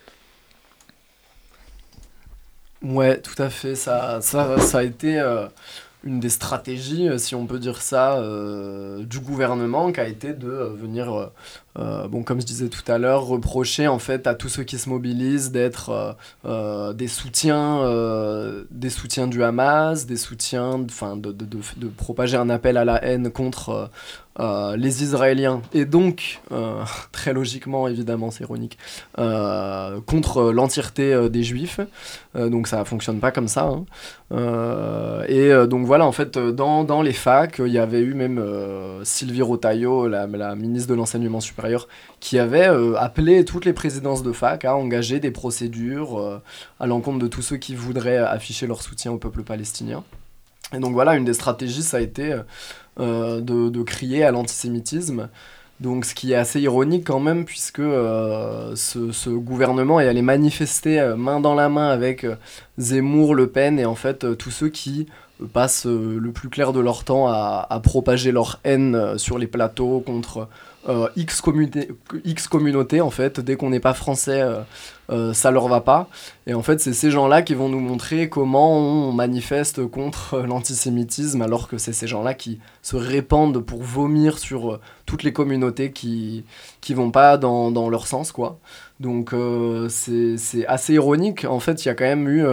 Ouais, tout à fait. Ça, ça, ça a été euh, une des stratégies, si on peut dire ça, euh, du gouvernement, qui a été de euh, venir... Euh, Euh, bon, comme je disais tout à l'heure, reprocher en fait à tous ceux qui se mobilisent d'être euh, euh, des soutiens, euh, des soutiens du Hamas, des soutiens, enfin, de, de, de, de propager un appel à la haine contre euh, euh, les Israéliens et donc, euh, très logiquement, évidemment, c'est ironique, euh, contre l'entièreté euh, des Juifs. Euh, donc ça fonctionne pas comme ça. Hein. Euh, et euh, donc voilà, en fait, dans dans les facs, il y avait eu même euh, Sylvie Rotaillot, la, la ministre de l'enseignement supérieur, qui avait euh, appelé toutes les présidences de fac à engager des procédures euh, à l'encontre de tous ceux qui voudraient afficher leur soutien au peuple palestinien. Et donc voilà, une des stratégies, ça a été euh, de, de crier à l'antisémitisme. Donc ce qui est assez ironique quand même, puisque euh, ce, ce gouvernement est allé manifester euh, main dans la main avec euh, Zemmour, Le Pen, et en fait euh, tous ceux qui euh, passent euh, le plus clair de leur temps à, à propager leur haine euh, sur les plateaux contre euh, X, communauté, X communauté, en fait, dès qu'on n'est pas français, euh, euh, ça leur va pas. Et en fait, c'est ces gens-là qui vont nous montrer comment on manifeste contre euh, l'antisémitisme, alors que c'est ces gens-là qui se répandent pour vomir sur euh, toutes les communautés qui qui vont pas dans, dans leur sens, quoi. Donc euh, c'est, c'est assez ironique. En fait, il y a quand même eu...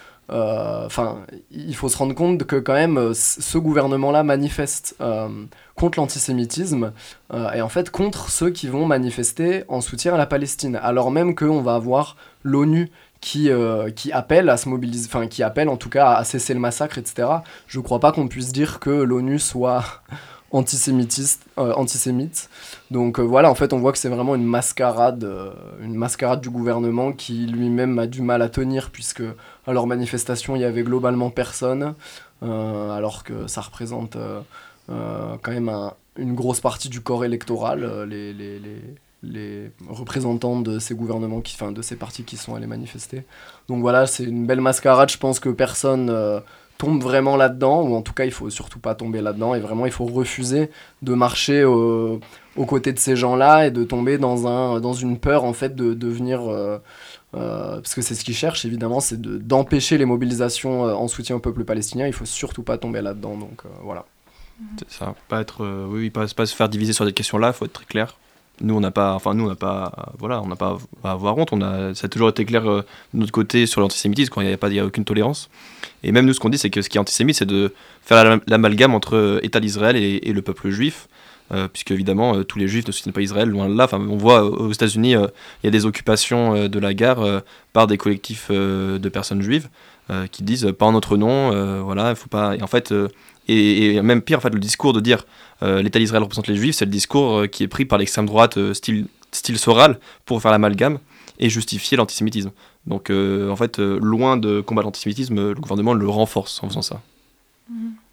Enfin, euh, il faut se rendre compte que quand même, euh, ce gouvernement-là manifeste euh, contre l'antisémitisme euh, et en fait contre ceux qui vont manifester en soutien à la Palestine. Alors même qu'on va avoir l'ONU qui, euh, qui appelle à se mobiliser, enfin qui appelle en tout cas à cesser le massacre, et cetera. Je crois pas qu'on puisse dire que l'ONU soit... antisémitiste, euh, antisémite. Donc euh, voilà, en fait, on voit que c'est vraiment une mascarade, euh, une mascarade du gouvernement qui lui-même a du mal à tenir, puisque à leur manifestation, il y avait globalement personne, euh, alors que ça représente euh, euh, quand même un, une grosse partie du corps électoral, euh, les, les, les, les représentants de ces gouvernements, qui, enfin, de ces partis qui sont allés manifester. Donc voilà, c'est une belle mascarade, je pense que personne... Euh, tombe vraiment là-dedans, ou en tout cas il faut surtout pas tomber là-dedans, et vraiment il faut refuser de marcher euh, aux côtés de ces gens-là et de tomber dans, un, dans une peur en fait de devenir, euh, euh, parce que c'est ce qu'ils cherchent évidemment, c'est de, d'empêcher les mobilisations euh, en soutien au peuple palestinien, il faut surtout pas tomber là-dedans, donc euh, voilà. C'est ça, pas être, euh, oui, pas, pas se faire diviser sur des questions-là, il faut être très clair. Nous, on n'a pas, enfin nous, on n'a pas, voilà, on n'a pas à avoir honte. On a, ça a toujours été clair euh, de notre côté sur l'antisémitisme, quand il n'y a pas, il y a aucune tolérance. Et même nous, ce qu'on dit, c'est que ce qui est antisémite, c'est de faire la, l'amalgame entre euh, État d'Israël et, et le peuple juif, euh, puisque évidemment euh, tous les juifs ne soutiennent pas Israël, loin de là. Enfin, on voit euh, aux États-Unis, il euh, y a des occupations euh, de la gare euh, par des collectifs euh, de personnes juives euh, qui disent euh, pas en notre nom, euh, voilà, il faut pas. Et en fait. Euh, Et, et même pire, en fait, le discours de dire euh, l'État d'Israël représente les Juifs, c'est le discours euh, qui est pris par l'extrême droite euh, style, style Soral pour faire l'amalgame et justifier l'antisémitisme. Donc, euh, en fait, euh, loin de combattre l'antisémitisme, le gouvernement le renforce en faisant ça. Mmh.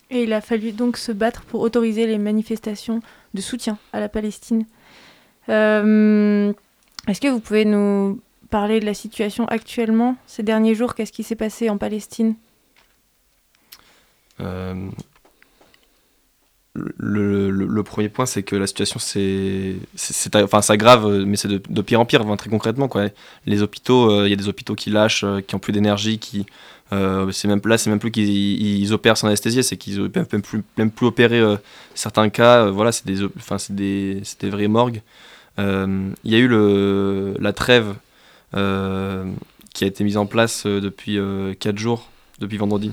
Et il a fallu donc se battre pour autoriser les manifestations de soutien à la Palestine. Euh, est-ce que vous pouvez nous parler de la situation actuellement, ces derniers jours? Qu'est-ce qui s'est passé en Palestine? euh, le, le, le premier point, c'est que la situation c'est, c'est, c'est enfin, s'aggrave, mais c'est de, de pire en pire, enfin, très concrètement, quoi. Les hôpitaux, il euh, y a des hôpitaux qui lâchent, euh, qui n'ont plus d'énergie, qui, euh, c'est même, là, c'est même plus qu'ils ils opèrent sans anesthésie, c'est qu'ils ne peuvent même plus, même plus opérer euh, certains cas. Euh, voilà, c'est des, enfin, c'est des, c'est des vraies morgues. Il euh, y a eu le, la trêve euh, qui a été mise en place euh, depuis euh, quatre jours, depuis vendredi.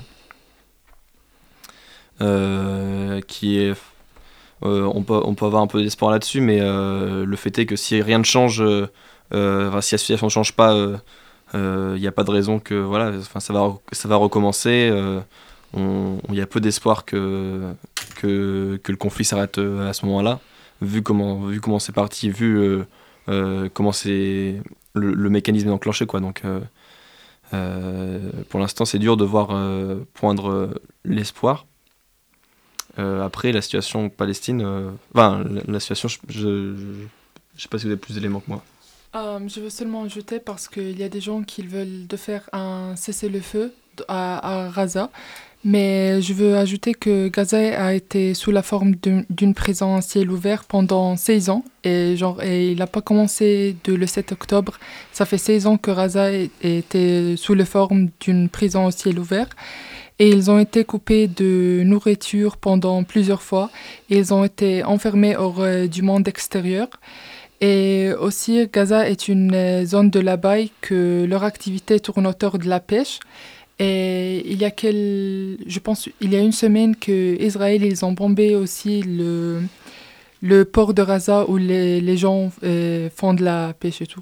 Euh, qui est, euh, on, peut, on peut avoir un peu d'espoir là-dessus, mais euh, le fait est que si rien ne change, euh, euh, si la situation ne change pas, il euh, n'y euh, a pas de raison que voilà, ça va, ça va recommencer. Euh, il y a peu d'espoir que, que, que le conflit s'arrête à ce moment-là, vu comment, vu comment c'est parti, vu euh, euh, comment c'est, le, le mécanisme est enclenché, quoi. Donc, euh, euh, pour l'instant, c'est dur de voir euh, poindre l'espoir. Euh, après, la situation Palestine, euh, enfin, la, la situation, je ne sais pas si vous avez plus d'éléments que moi. Euh, je veux seulement ajouter, parce qu'il y a des gens qui veulent de faire un cessez-le-feu à, à Gaza, mais je veux ajouter que Gaza a été sous la forme d'une, d'une prison à ciel ouvert pendant seize ans, et, genre, et il n'a pas commencé de le sept octobre, ça fait seize ans que Gaza était sous la forme d'une prison au ciel ouvert. Et ils ont été coupés de nourriture pendant plusieurs fois. Et ils ont été enfermés hors euh, du monde extérieur. Et aussi, Gaza est une euh, zone de la baie que leur activité tourne autour de la pêche. Et il y a quel, je pense, il y a une semaine que Israël, ils ont bombé aussi le, le port de Gaza où les, les gens euh, font de la pêche et tout.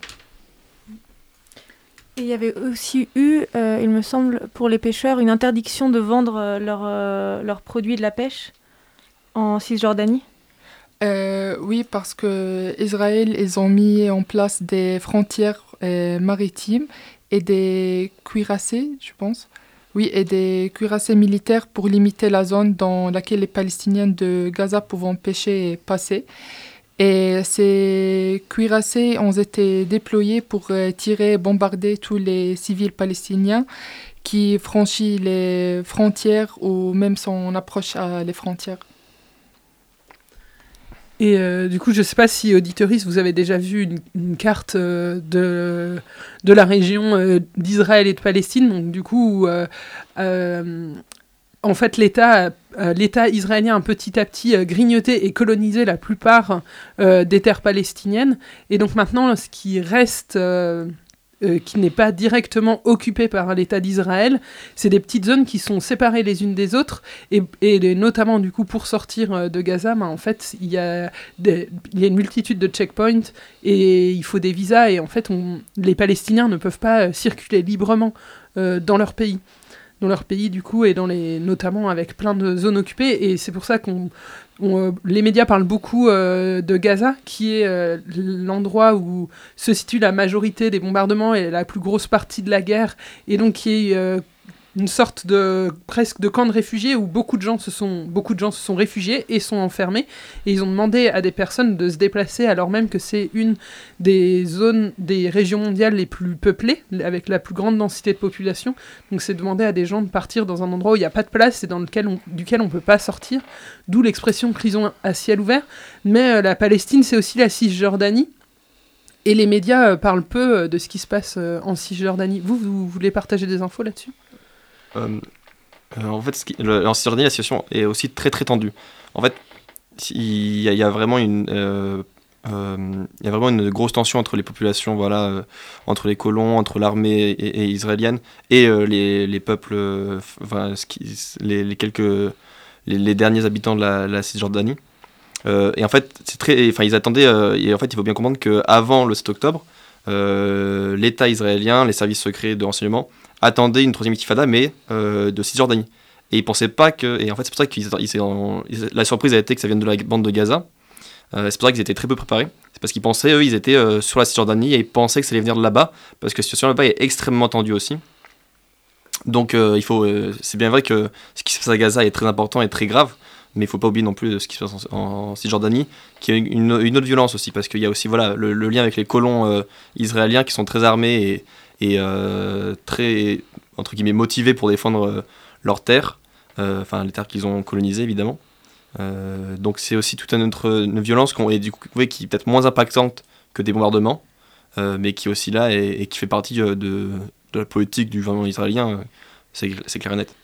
Et il y avait aussi eu, euh, il me semble, pour les pêcheurs, une interdiction de vendre euh, leurs euh, leurs produits de la pêche en Cisjordanie. Euh, oui, parce que Israël, ils ont mis en place des frontières euh, maritimes et des cuirassés, je pense. Oui, et des cuirassés militaires pour limiter la zone dans laquelle les Palestiniens de Gaza pouvaient pêcher et passer. Et ces cuirassés ont été déployés pour tirer et bombarder tous les civils palestiniens qui franchissent les frontières ou même s'en approchent à les frontières. Et euh, du coup, je ne sais pas si, auditeuristes, vous avez déjà vu une, une carte euh, de, de la région euh, d'Israël et de Palestine. Donc, du coup, euh, euh, en fait, l'État, euh, l'État israélien a petit à petit euh, grignoté et colonisé la plupart euh, des terres palestiniennes. Et donc maintenant, ce qui reste, euh, euh, qui n'est pas directement occupé par l'État d'Israël, c'est des petites zones qui sont séparées les unes des autres. Et, et notamment, du coup, pour sortir euh, de Gaza, bah, en fait, il y a des, il y a une multitude de checkpoints et il faut des visas. Et en fait, on, les Palestiniens ne peuvent pas euh, circuler librement euh, dans leur pays. dans leur pays du coup et dans les notamment avec plein de zones occupées, et c'est pour ça qu'on on, euh, les médias parlent beaucoup euh, de Gaza, qui est euh, l'endroit où se situe la majorité des bombardements et la plus grosse partie de la guerre, et donc qui est euh, une sorte de presque de camp de réfugiés où beaucoup de gens se sont beaucoup de gens se sont réfugiés et sont enfermés, et ils ont demandé à des personnes de se déplacer alors même que c'est une des zones des régions mondiales les plus peuplées avec la plus grande densité de population. Donc c'est demander à des gens de partir dans un endroit où il n'y a pas de place et dans lequel on, duquel on peut pas sortir, d'où l'expression prison à ciel ouvert. Mais euh, la Palestine, c'est aussi la Cisjordanie. Et les médias euh, parlent peu euh, de ce qui se passe euh, en Cisjordanie. Vous, vous voulez partager des infos là-dessus ? Euh, euh, en fait, ce qui, le, en Cisjordanie, la situation est aussi très très tendue. En fait, il y a, il y a vraiment une, euh, euh, il y a vraiment une grosse tension entre les populations, voilà, euh, entre les colons, entre l'armée et, et israélienne et euh, les, les peuples, euh, enfin, ce qui, les, les quelques, les, les derniers habitants de la, la Cisjordanie. Euh, et en fait, c'est très, enfin, ils attendaient. Euh, et en fait, il faut bien comprendre qu'avant le sept octobre, euh, l'État israélien, les services secrets de renseignement attendaient une troisième intifada, mais euh, de Cisjordanie. Et ils pensaient pas que. Et en fait, c'est pour ça qu'ils ils, ils, la surprise a été que ça vienne de la bande de Gaza. Euh, c'est pour ça qu'ils étaient très peu préparés. C'est parce qu'ils pensaient, eux, ils étaient euh, sur la Cisjordanie et ils pensaient que ça allait venir de là-bas, parce que la situation là-bas est extrêmement tendue aussi. Donc euh, il faut, euh, c'est bien vrai que ce qui se passe à Gaza est très important et très grave, mais il ne faut pas oublier non plus ce qui se passe en, en Cisjordanie, qui a une, une autre violence aussi, parce qu'il y a aussi voilà, le, le lien avec les colons euh, israéliens qui sont très armés et, et euh, très, entre guillemets, motivés pour défendre euh, leurs terres, enfin euh, les terres qu'ils ont colonisées évidemment. Euh, donc c'est aussi toute une autre une violence qu'on, et du coup, qui est peut-être moins impactante que des bombardements, euh, mais qui est aussi là et, et qui fait partie de, de la politique du gouvernement israélien, c'est, c'est clair et net.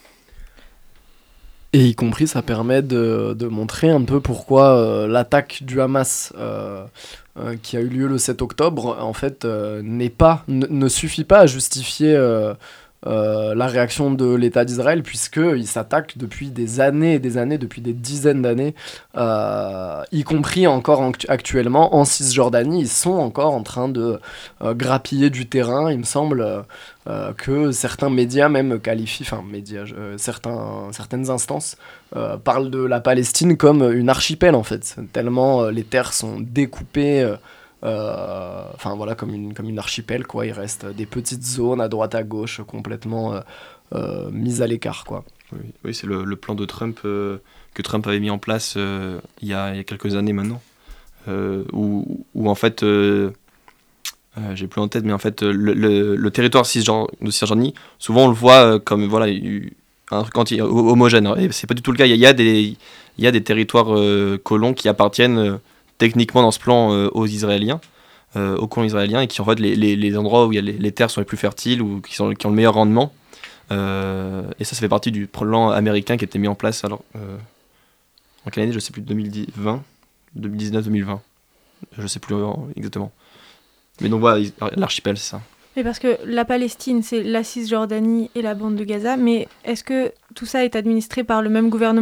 Et y compris, ça permet de, de montrer un peu pourquoi euh, l'attaque du Hamas euh, euh, qui a eu lieu le sept octobre, en fait, euh, n'est pas, ne, ne suffit pas à justifier euh, euh, la réaction de l'État d'Israël, puisqu'il s'attaque depuis des années et des années, depuis des dizaines d'années, euh, y compris encore en, actuellement en Cisjordanie. Ils sont encore en train de euh, grappiller du terrain, il me semble... Euh, Euh, que certains médias même qualifient, enfin médias, euh, certains, certaines instances euh, parlent de la Palestine comme une archipel en fait, tellement euh, les terres sont découpées, enfin euh, voilà, comme une, comme une archipel quoi, il reste des petites zones à droite à gauche complètement euh, euh, mises à l'écart quoi. Oui, oui c'est le, le plan de Trump euh, que Trump avait mis en place euh, il, y a, il y a quelques années maintenant, euh, où, où en fait... Euh, Euh, j'ai plus en tête, mais en fait, le, le, le territoire de Cisjordanie, souvent on le voit euh, comme voilà, un truc homogène. Et c'est pas du tout le cas. Il y a, il y a, des, il y a des territoires euh, colons qui appartiennent euh, techniquement dans ce plan euh, aux Israéliens, euh, aux colons israéliens, et qui en fait les, les, les endroits où il y a les, les terres sont les plus fertiles ou qui, sont, qui ont le meilleur rendement. Euh, et ça, ça fait partie du plan américain qui a été mis en place alors, euh, en quelle année, je sais plus, deux mille vingt, deux mille dix-neuf deux mille vingt. Je sais plus exactement. Mais donc voilà, l'archipel, c'est ça. Mais parce que la Palestine, c'est la Cisjordanie et la bande de Gaza, mais est-ce que tout ça est administré par le même gouvernement ?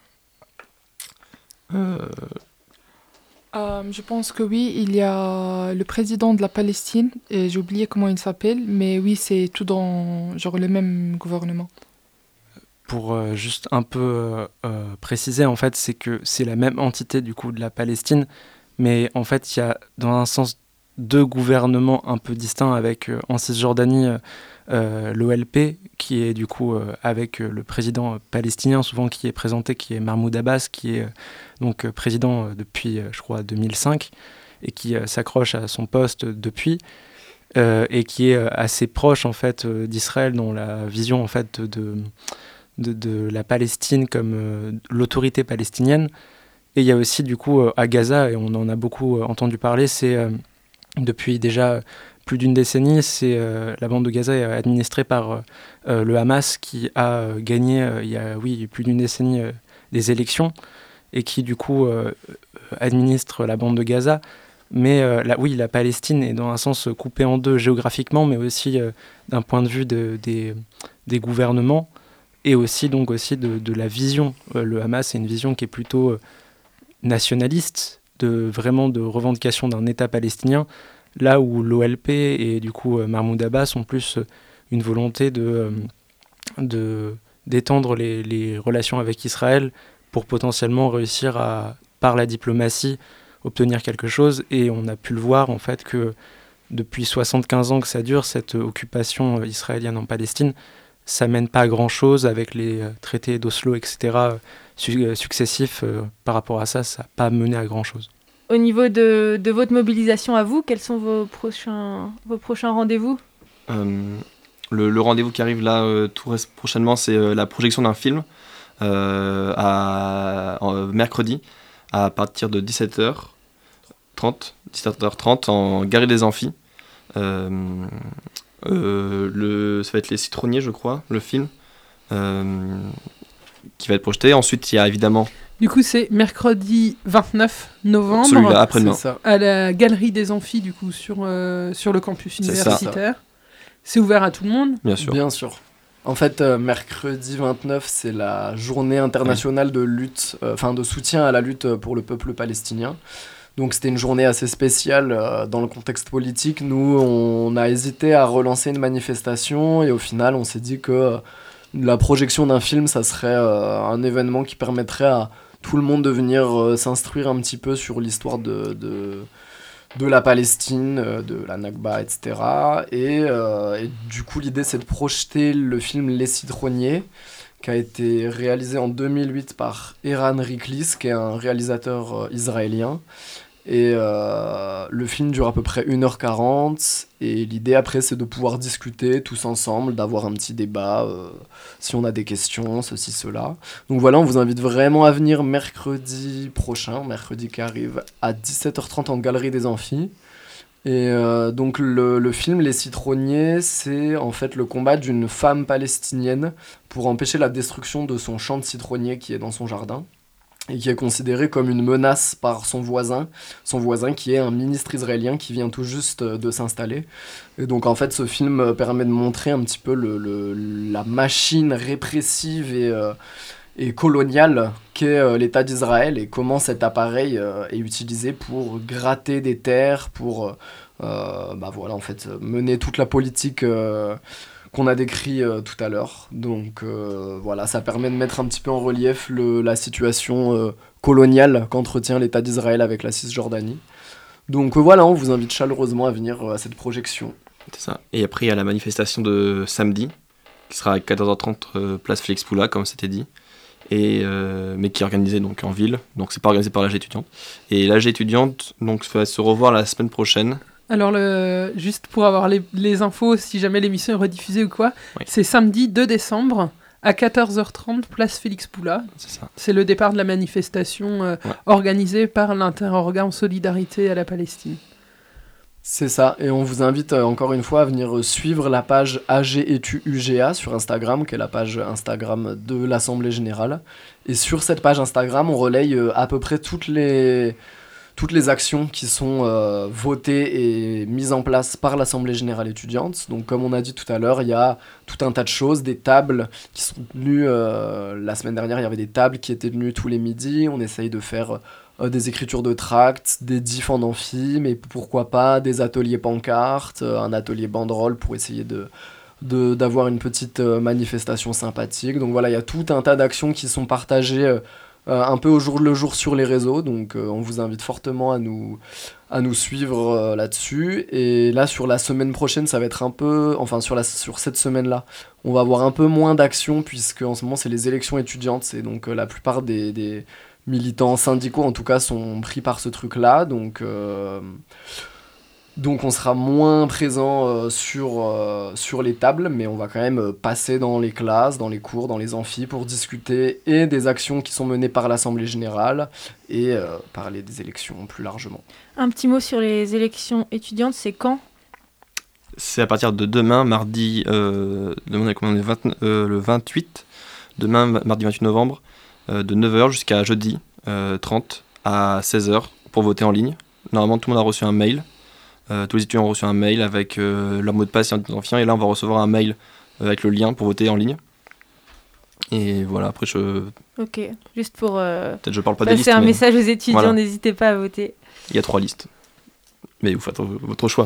euh... Euh, Je pense que oui, il y a le président de la Palestine, et j'ai oublié comment il s'appelle, mais oui, c'est tout dans genre, le même gouvernement. Pour euh, juste un peu euh, euh, préciser, en fait, c'est que c'est la même entité du coup de la Palestine, mais en fait, il y a dans un sens deux gouvernements un peu distincts avec euh, en Cisjordanie euh, l'O L P qui est du coup euh, avec euh, le président palestinien souvent qui est présenté, qui est Mahmoud Abbas, qui est euh, donc euh, président euh, depuis euh, je crois deux mille cinq et qui euh, s'accroche à son poste depuis euh, et qui est euh, assez proche en fait euh, d'Israël dans la vision en fait de, de, de la Palestine comme euh, l'autorité palestinienne. Et il y a aussi du coup euh, à Gaza, et on en a beaucoup euh, entendu parler, c'est euh, depuis déjà plus d'une décennie, c'est, euh, la bande de Gaza est administrée par euh, le Hamas qui a euh, gagné, euh, il y a oui, plus d'une décennie, euh, des élections et qui du coup euh, administre la bande de Gaza. Mais euh, la, oui, la Palestine est dans un sens coupée en deux géographiquement, mais aussi euh, d'un point de vue de, des, des gouvernements et aussi, donc, aussi de, de la vision. Euh, le Hamas, c'est une vision qui est plutôt euh, nationaliste, de vraiment de revendication d'un État palestinien, là où l'O L P et du coup euh, Mahmoud Abbas ont plus euh, une volonté de, euh, de, d'étendre les, les relations avec Israël pour potentiellement réussir à, par la diplomatie, obtenir quelque chose. Et on a pu le voir en fait que depuis soixante-quinze ans que ça dure, cette occupation israélienne en Palestine, ça mène pas à grand chose avec les euh, traités d'Oslo, et cetera su- successifs. Euh, par rapport à ça, ça n'a pas mené à grand chose. Au niveau de, de votre mobilisation à vous, quels sont vos prochains, vos prochains rendez-vous ? euh, le, le rendez-vous qui arrive là euh, tout reste prochainement, c'est euh, la projection d'un film euh, à, en, mercredi à partir de dix-sept heures trente, dix-sept heures trente en Galerie des Amphis. Euh, euh, le, ça va être Les Citronniers, je crois, le film, euh, qui va être projeté. Ensuite, il y a évidemment... Du coup, c'est mercredi vingt-neuf novembre. Celui-là, après-demain. À la Galerie des Amphis, du coup, sur, euh, sur le campus universitaire. C'est, c'est ouvert à tout le monde ? Bien sûr. Bien sûr. En fait, euh, mercredi vingt-neuf, c'est la journée internationale oui. de lutte, enfin euh, de soutien à la lutte pour le peuple palestinien. Donc c'était une journée assez spéciale euh, dans le contexte politique. Nous, on a hésité à relancer une manifestation et au final, on s'est dit que euh, la projection d'un film, ça serait euh, un événement qui permettrait à tout le monde de venir euh, s'instruire un petit peu sur l'histoire de, de, de la Palestine, euh, de la Nakba, et cetera. Et, euh, et du coup, l'idée, c'est de projeter le film Les Citronniers, qui a été réalisé en deux mille huit par Eran Riklis, qui est un réalisateur euh, israélien. Et euh, le film dure à peu près une heure quarante, et l'idée après c'est de pouvoir discuter tous ensemble, d'avoir un petit débat, euh, si on a des questions, ceci, cela. Donc voilà, on vous invite vraiment à venir mercredi prochain, mercredi qui arrive, à dix-sept heures trente en Galerie des Amphis. Et euh, donc le, le film Les Citronniers, c'est en fait le combat d'une femme palestinienne pour empêcher la destruction de son champ de citronniers qui est dans son jardin, et qui est considéré comme une menace par son voisin, son voisin qui est un ministre israélien qui vient tout juste de s'installer. Et donc en fait ce film permet de montrer un petit peu le, le, la machine répressive et, euh, et coloniale qu'est euh, l'État d'Israël, et comment cet appareil euh, est utilisé pour gratter des terres, pour euh, bah voilà, en fait, mener toute la politique euh, qu'on a décrit euh, tout à l'heure. Donc euh, voilà, ça permet de mettre un petit peu en relief le, la situation euh, coloniale qu'entretient l'État d'Israël avec la Cisjordanie. Donc euh, voilà, on vous invite chaleureusement à venir euh, à cette projection. C'est ça. Et après, il y a la manifestation de samedi, qui sera à quatorze heures trente, euh, place Félix Poula, comme c'était dit, et, euh, mais qui est organisée donc, en ville, donc c'est pas organisé par l'A G étudiante. Et l'A G étudiante donc, va se revoir la semaine prochaine. Alors, le... juste pour avoir les, les infos, si jamais l'émission est rediffusée ou quoi, oui. C'est samedi deux décembre à quatorze heures trente, place Félix Poula. C'est ça. C'est le départ de la manifestation euh, ouais. organisée par l'Interorga en solidarité à la Palestine. C'est ça, et on vous invite euh, encore une fois à venir suivre la page A G Etu U G A sur Instagram, qui est la page Instagram de l'Assemblée Générale. Et sur cette page Instagram, on relaye euh, à peu près toutes les... toutes les actions qui sont euh, votées et mises en place par l'Assemblée Générale étudiante. Donc comme on a dit tout à l'heure, il y a tout un tas de choses, des tables qui sont tenues, euh, la semaine dernière il y avait des tables qui étaient tenues tous les midis, on essaye de faire euh, des écritures de tracts, des diffs en amphi, mais pourquoi pas des ateliers pancartes, euh, un atelier banderole pour essayer de... De, d'avoir une petite euh, manifestation sympathique. Donc voilà, il y a tout un tas d'actions qui sont partagées euh, Euh, un peu au jour le jour sur les réseaux, donc euh, on vous invite fortement à nous, à nous suivre euh, là-dessus. Et là, sur la semaine prochaine, ça va être un peu... Enfin, sur, la, sur cette semaine-là, on va avoir un peu moins d'action, puisque en ce moment, c'est les élections étudiantes, et donc euh, la plupart des, des militants syndicaux, en tout cas, sont pris par ce truc-là, donc... Euh, Donc on sera moins présent euh, sur, euh, sur les tables, mais on va quand même passer dans les classes, dans les cours, dans les amphis pour discuter et des actions qui sont menées par l'Assemblée Générale et euh, parler des élections plus largement. Un petit mot sur les élections étudiantes, c'est quand ? C'est à partir de demain, mardi, euh, demain, on est vingt, euh, le vingt-huit, demain, mardi vingt-huit novembre, euh, de neuf heures jusqu'à jeudi euh, trente à seize heures pour voter en ligne. Normalement, tout le monde a reçu un mail. Euh, tous les étudiants ont reçu un mail avec euh, leur mot de passe identifiant, et là on va recevoir un mail euh, avec le lien pour voter en ligne. Et voilà, après je... Ok, juste pour euh, peut-être je parle pas des listes, passer un mais... message aux étudiants, voilà. N'hésitez pas à voter. Il y a trois listes, mais vous faites votre choix.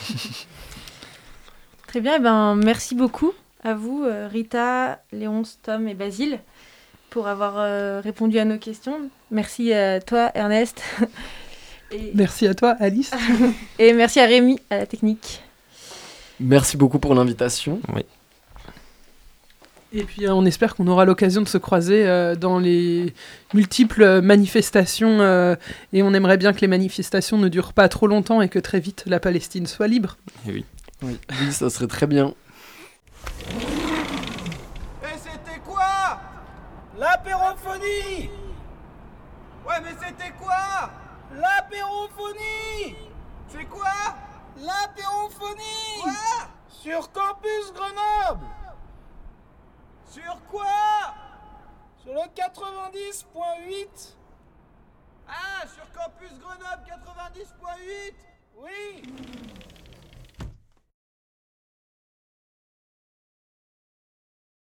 Très bien, et ben, merci beaucoup à vous, euh, Rita, Léonce, Tom et Basile, pour avoir euh, répondu à nos questions. Merci à toi, Ernest. Et... Merci à toi, Alice. Et merci à Rémi, à la technique. Merci beaucoup pour l'invitation. Oui. Et puis euh, on espère qu'on aura l'occasion de se croiser euh, dans les multiples manifestations euh, et on aimerait bien que les manifestations ne durent pas trop longtemps et que très vite la Palestine soit libre. Et oui. Oui, oui, ça serait très bien. Et c'était quoi ? L'apérophonie ! Ouais, mais c'était quoi ? L'apérophonie ! C'est quoi ? L'apérophonie ! Quoi ? Sur Campus Grenoble ! Sur quoi ? Sur le quatre-vingt-dix point huit. Ah, sur Campus Grenoble quatre-vingt-dix point huit ? Oui !